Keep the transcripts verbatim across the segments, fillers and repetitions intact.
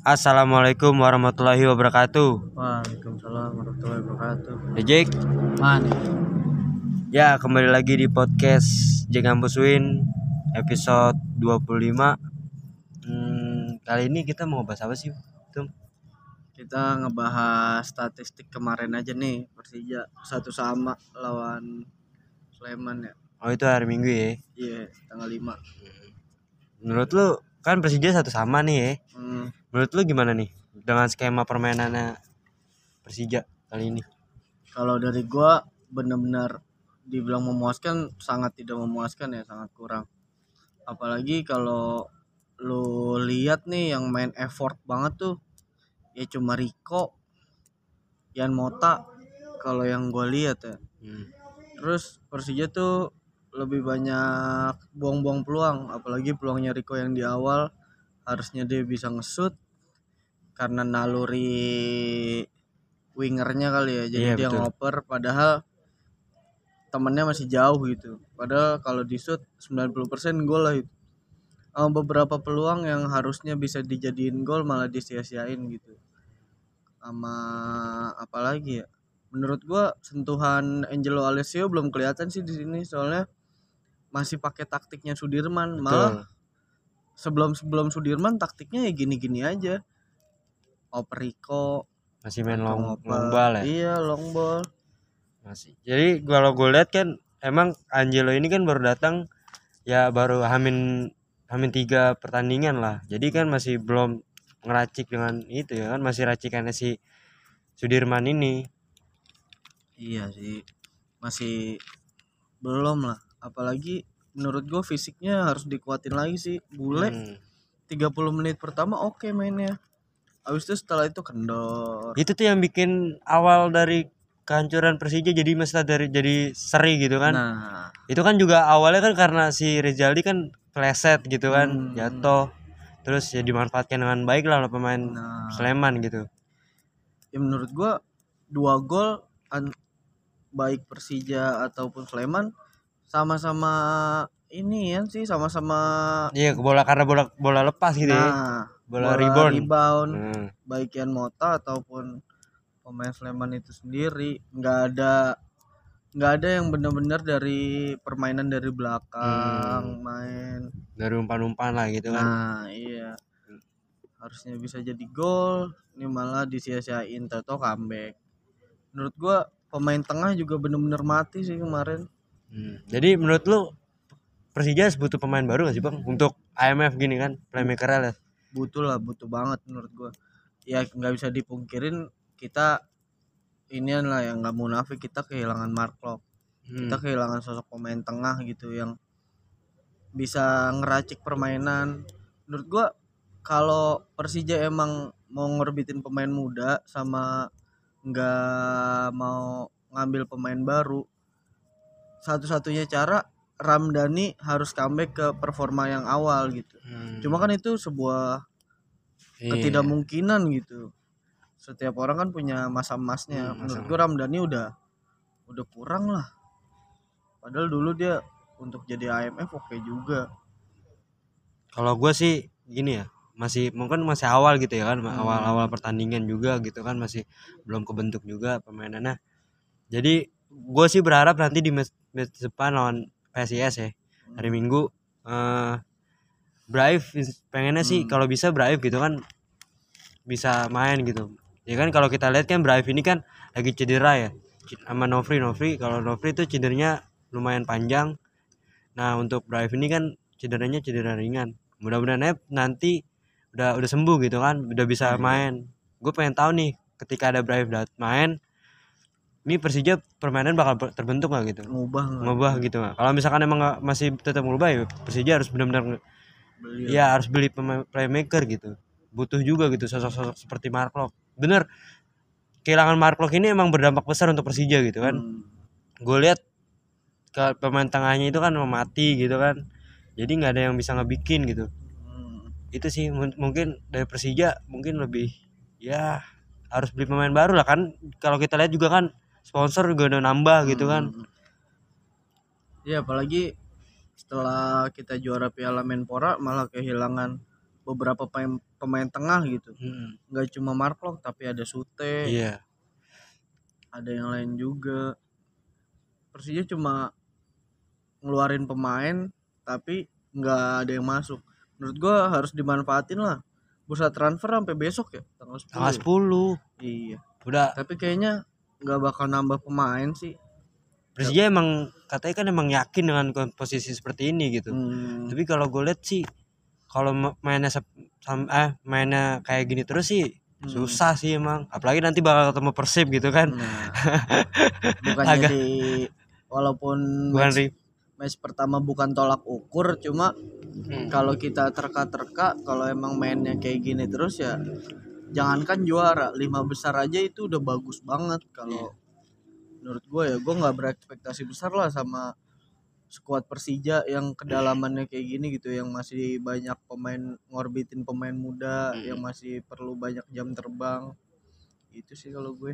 Assalamualaikum warahmatullahi wabarakatuh. Waalaikumsalam warahmatullahi wabarakatuh. Ejek, Man, ya kembali lagi di podcast Jek Kampus Win episode dua puluh lima. Hmm, kali ini kita mau bahas apa sih, Tum? kita ngebahas statistik kemarin aja nih Persija satu sama lawan Sleman ya. Oh, itu hari Minggu ya. Iya, tanggal lima. Menurut lu kan Persija satu sama nih ya. Hmm, Menurut lu gimana nih dengan skema permainannya Persija kali ini? kalau dari gua benar-benar dibilang memuaskan, sangat tidak memuaskan ya, sangat kurang. Apalagi kalau lu lihat nih yang main effort banget tuh ya cuma Rico, Yan Mota kalau yang gua lihat ya. Hmm. Terus Persija tuh lebih banyak buang-buang peluang, apalagi peluangnya Rico yang di awal harusnya dia bisa nge-shoot karena naluri wingernya kali ya, jadi Iya, dia betul. ngoper padahal temennya masih jauh gitu. Padahal kalau di shoot sembilan puluh persen gol lah itu. Uh, beberapa peluang yang harusnya bisa dijadiin gol malah disia-siain gitu. Sama apalagi ya? Menurut gua sentuhan Angelo Alessio belum kelihatan sih di sini, soalnya masih pakai taktiknya Sudirman. Malah Betul. sebelum-sebelum Sudirman taktiknya ya gini-gini aja. Oper Rico Masih main atau long, ngoper. long ball ya? Iya, long ball. Masih. Jadi kalau gue lihat kan emang Angelo ini kan baru datang ya baru hamin hamin tiga pertandingan lah. Jadi kan masih belum ngeracik dengan itu ya kan, masih racikannya si Sudirman ini. Iya sih. Masih belum lah. Apalagi menurut gue fisiknya harus dikuatin lagi sih. Bule Hmm. tiga puluh menit pertama oke mainnya. Habis itu setelah itu kendor. Itu tuh yang bikin awal dari kehancuran Persija jadi mesti dari jadi seri gitu kan. Nah, Itu kan juga awalnya kan karena si Rizaldi kan pleset gitu kan, hmm, jatuh. Terus ya dimanfaatkan dengan baik lah oleh pemain nah, Sleman gitu. ya menurut gue dua gol an- baik Persija ataupun Sleman sama-sama ini ya sih, sama-sama Iya, bola karena bola bola lepas gitu ya. nah Bola, rebound. rebound Hmm. baik Yan Mota ataupun pemain Sleman itu sendiri, nggak ada nggak ada yang benar-benar dari permainan dari belakang Hmm. main. Dari umpan-umpan lah gitu kan. Nah iya, harusnya bisa jadi gol, ini malah disia-siain, tato comeback. Menurut gua pemain tengah juga benar-benar mati sih kemarin. Hmm. Jadi menurut lu Persija butuh pemain baru gak sih bang untuk I M F gini kan, playmaker lah. Butuh lah, butuh banget menurut gua. Ya nggak bisa dipungkirin kita inian lah yang nggak munafik, kita kehilangan Mark Klok. Hmm. Kita kehilangan sosok pemain tengah gitu yang bisa ngeracik permainan. Menurut gua kalau Persija emang mau ngorbitin pemain muda sama nggak mau ngambil pemain baru, satu-satunya cara Ramdhani harus comeback ke performa yang awal gitu. Hmm. Cuma kan itu sebuah Iya. ketidakmungkinan gitu. Setiap orang kan punya masa emasnya. Hmm, Menurut masa gua Ramdhani udah udah kurang lah. Padahal dulu dia untuk jadi I M F oke juga. Kalau gue sih gini ya, masih mungkin masih awal gitu ya kan, Hmm. awal-awal pertandingan juga gitu kan, masih belum kebentuk juga permainannya. Jadi gue sih berharap nanti di match, match depan lawan P S I S ya hari Minggu, eh Brave pengennya sih Hmm. kalau bisa Brave gitu kan bisa main gitu. Ya kan kalau kita lihat kan Brave ini kan lagi cedera ya sama Nofri Nofri kalau Nofri itu cederanya lumayan panjang. Nah untuk Brave ini kan cederanya cedera ringan. Mudah-mudahan nanti udah udah sembuh gitu kan, udah bisa Iya. main. Gue pengen tahu nih ketika ada Brave main, ini Persija permainan bakal terbentuk nggak gitu? Ngubah nggak? Ngubah gitu nggak? Kalau misalkan emang gak, masih tetap ngubah ya Persija harus benar-benar Beli ya harus beli pemain playmaker gitu. Butuh juga gitu sosok-sosok seperti Mark Klok. Bener, kehilangan Mark Klok ini emang berdampak besar untuk Persija gitu kan. Hmm. Gue lihat ke pemain tengahnya itu kan mati gitu kan. Jadi nggak ada yang bisa ngebikin gitu. Hmm. Itu sih m- mungkin dari Persija mungkin lebih ya harus beli pemain baru lah kan. Kalau kita lihat juga kan sponsor juga udah nambah gitu kan. Hmm. Ya apalagi setelah kita juara Piala Menpora malah kehilangan beberapa pemain, pemain tengah gitu. Mm. Nggak cuma Mark Locke tapi ada Sute, Iya. ada yang lain juga. Persija cuma ngeluarin pemain tapi nggak ada yang masuk. Menurut gua harus dimanfaatin lah. Bursa transfer sampai besok ya, tanggal sepuluh. Tanggal ya? sepuluh. Iya. Udah. Tapi kayaknya nggak bakal nambah pemain sih. Persija emang katanya kan emang yakin dengan posisi seperti ini gitu. Hmm. Tapi kalau gue lihat sih kalau mainnya sam- eh mainnya kayak gini terus sih hmm. susah sih emang. Apalagi nanti bakal ketemu Persib gitu kan. Nah, bukannya Agak- di walaupun Bukan match, ri- match pertama bukan tolak ukur, cuma Hmm. kalau kita terka-terka kalau emang mainnya kayak gini terus ya jangankan juara, lima besar aja itu udah bagus banget kalau menurut gue ya. Gue nggak berekspektasi besar lah sama skuad Persija yang kedalamannya kayak gini gitu, yang masih banyak pemain ngorbitin pemain muda, Hmm. yang masih perlu banyak jam terbang. Itu sih kalau gue.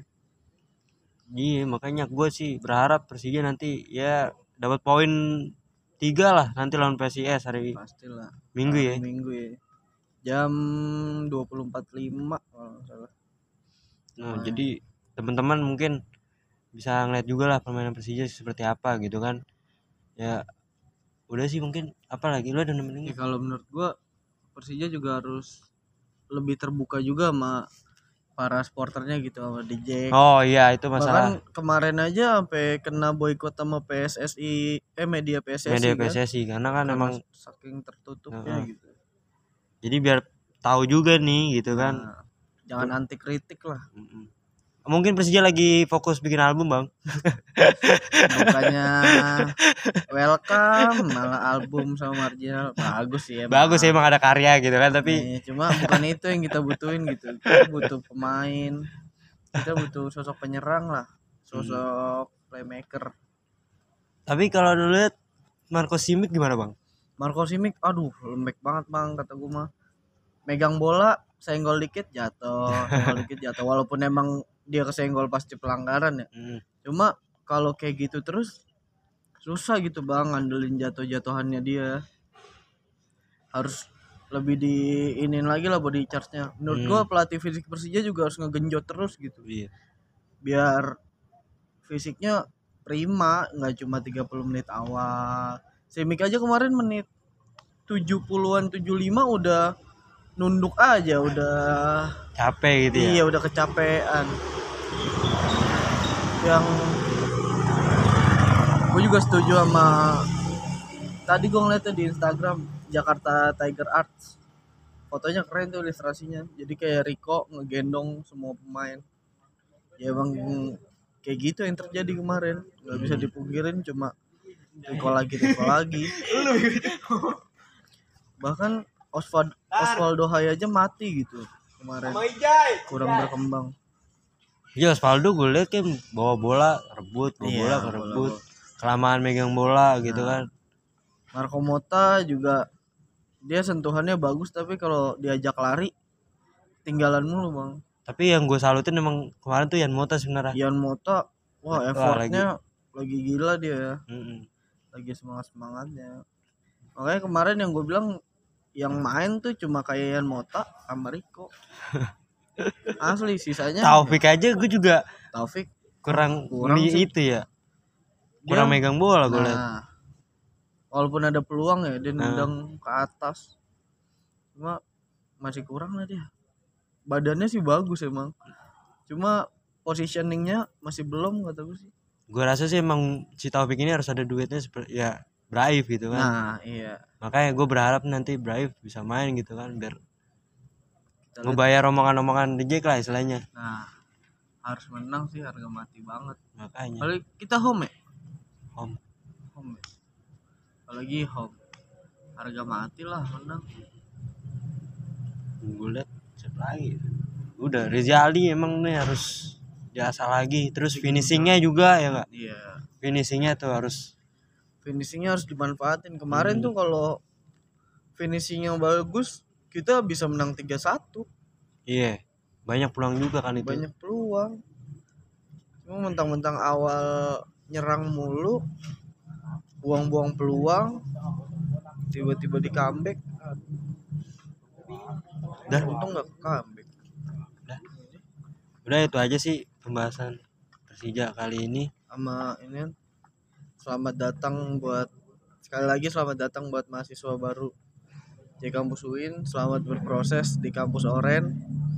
Iya, makanya gue sih berharap Persija nanti ya dapat poin tiga lah nanti lawan P S I S hari Pastilah. Minggu Hari ya. Minggu ya. Jam dua puluh empat lima kalau nggak salah. Nah, Nah. jadi teman-teman mungkin bisa ngeliat juga lah permainan Persija seperti apa gitu kan. Ya udah sih mungkin apa lagi lo ada nemenin? Ya kalau menurut gua Persija juga harus lebih terbuka juga sama para supporternya gitu, sama D J. Oh iya itu masalah. Bahkan kemarin aja sampai kena boikot sama P S S I eh media P S S I Media kan? P S S I karena kan Karena emang saking tertutupnya uh-uh. gitu. Jadi biar tahu juga nih gitu kan. Nah, jangan anti kritik lah. Mm-mm. Mungkin Persija lagi fokus bikin album bang. Bukannya welcome malah album sama marginal. Bagus sih emang. Bagus sih emang ada karya gitu kan. Tapi Nih, cuma bukan itu yang kita butuhin gitu. Kita butuh pemain, kita butuh sosok penyerang lah, sosok hmm. playmaker. Tapi kalau dulu lihat Marco Simic gimana bang? Marco Simic aduh lembek banget bang kata gue mah. Megang bola senggol dikit jatuh, senggol dikit jatuh. Walaupun emang dia kesenggol pasti pelanggaran ya. Hmm. Cuma kalau kayak gitu terus susah gitu bang ngandelin jatuh-jatuhannya dia. Harus lebih diinin lagi lah body charge-nya. Menurut hmm. gua pelatih fisik Persija juga harus ngegenjot terus gitu. Iya. Biar fisiknya prima, nggak cuma tiga puluh menit awal. Simic aja kemarin menit tujuh puluhan tujuh puluh lima udah nunduk aja, udah capek gitu ya. Iya, udah kecapean. Yang gue juga setuju sama tadi gue ngeliatnya di Instagram Jakarta Tiger Arts. Fotonya keren tuh ilustrasinya. Jadi kayak Rico ngegendong semua pemain. Ya emang kayak gitu yang terjadi kemarin. Gak bisa dipungkirin, cuma Rico lagi Rico lagi. Bahkan Oswald, Osvaldo Hai aja mati gitu kemarin. Kurang berkembang. Iya Osvaldo gue liat kan bawa bola rebut, bawa iya, bola rebut, kelamaan megang bola gitu nah, kan. Marco Motta juga dia sentuhannya bagus tapi kalau diajak lari tinggalan mulu bang. Tapi yang gue salutin emang kemarin tuh Yan Motta sebenarnya. Yan Motta, wah effortnya lagi. lagi gila dia ya. Mm-mm. Lagi semangat semangatnya. Makanya kemarin yang gue bilang yang main tuh cuma kayak Yan Motta sama Rico. Asli sisanya Taufik ya. Aja gue juga Taufik kurang kurang itu ya. Kurang dia, megang bola gue nah, liat. Walaupun ada peluang ya dia nendang nah. ke atas. Cuma masih kurang lah dia. Badannya sih bagus emang. Cuma positioningnya masih belum kata gue sih. Gue rasa sih emang si Taufik ini harus ada duitnya seperti ya Braif gitu kan. Nah, iya. Makanya gue berharap nanti Braif bisa main gitu kan biar ngebayar omongan-omongan D J lah istilahnya. Nah, harus menang sih harga mati banget. Makanya. Kalau kita home ya? Home. Home. Apalagi home. Harga mati lah menang. Gue liat siapa lagi. Udah Rizali emang nih harus diasah lagi. Terus finishingnya juga ya nggak? Iya. Finishingnya tuh harus. Finishingnya harus dimanfaatin. Kemarin hmm. tuh kalau finishingnya bagus kita bisa menang tiga satu. Iya. Banyak peluang juga kan itu. Banyak peluang. Cuma mentang-mentang awal nyerang mulu, buang-buang peluang, tiba-tiba di comeback. Udah. Untung nggak ke comeback. Udah. Udah itu aja sih pembahasan Persija kali ini. Sama ini kan, selamat datang buat sekali lagi selamat datang buat mahasiswa baru di kampus U I N. Selamat berproses di kampus Oren.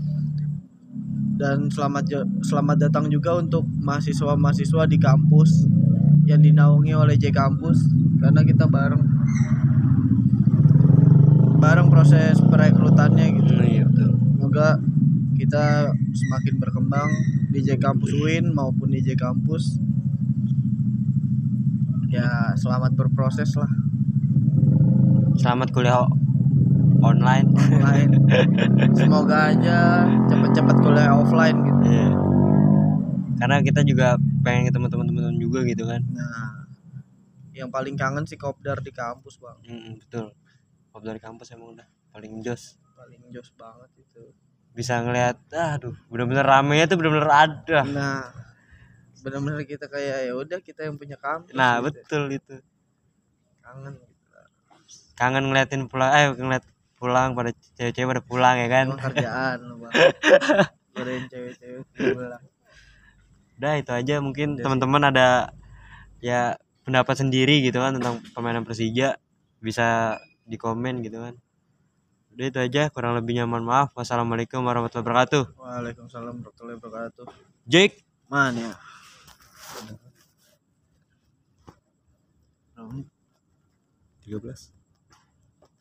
Dan selamat jo- selamat datang juga untuk mahasiswa-mahasiswa di kampus yang dinaungi oleh J Kampus, karena kita bareng bareng proses perekrutannya gitu. Hmm, iya betul. Semoga kita semakin berkembang di J Kampus U I N maupun di J Kampus. Ya selamat berproses lah Selamat kuliah online. online. Semoga aja cepet-cepet kuliah offline gitu. Iya. Karena kita juga pengen ketemu teman-teman juga gitu kan. Nah, yang paling kangen sih kopdar di kampus bang. Hmm, betul. Pop dari kampus emang udah paling jos. Paling jos banget itu. Bisa ngelihat, aduh, bener-bener ramenya tuh bener-bener ada. Nah, benar-benar kita kayak ya udah kita yang punya kampus. Nah, gitu. betul itu. Kangen. Gitu. Kangen ngeliatin pulang, eh ngeliat pulang pada cewek-cewek pada pulang ya kan. Emang kerjaan lu bang. Godain cewek-cewek pulang. Udah itu aja, mungkin Udah teman-teman ada ya pendapat sendiri gitu kan tentang permainan Persija, bisa di komen gitu kan. Udah itu aja, kurang lebihnya mohon maaf. Wassalamualaikum warahmatullahi wabarakatuh. Waalaikumsalam warahmatullahi wabarakatuh. Jake Man ya. tiga belas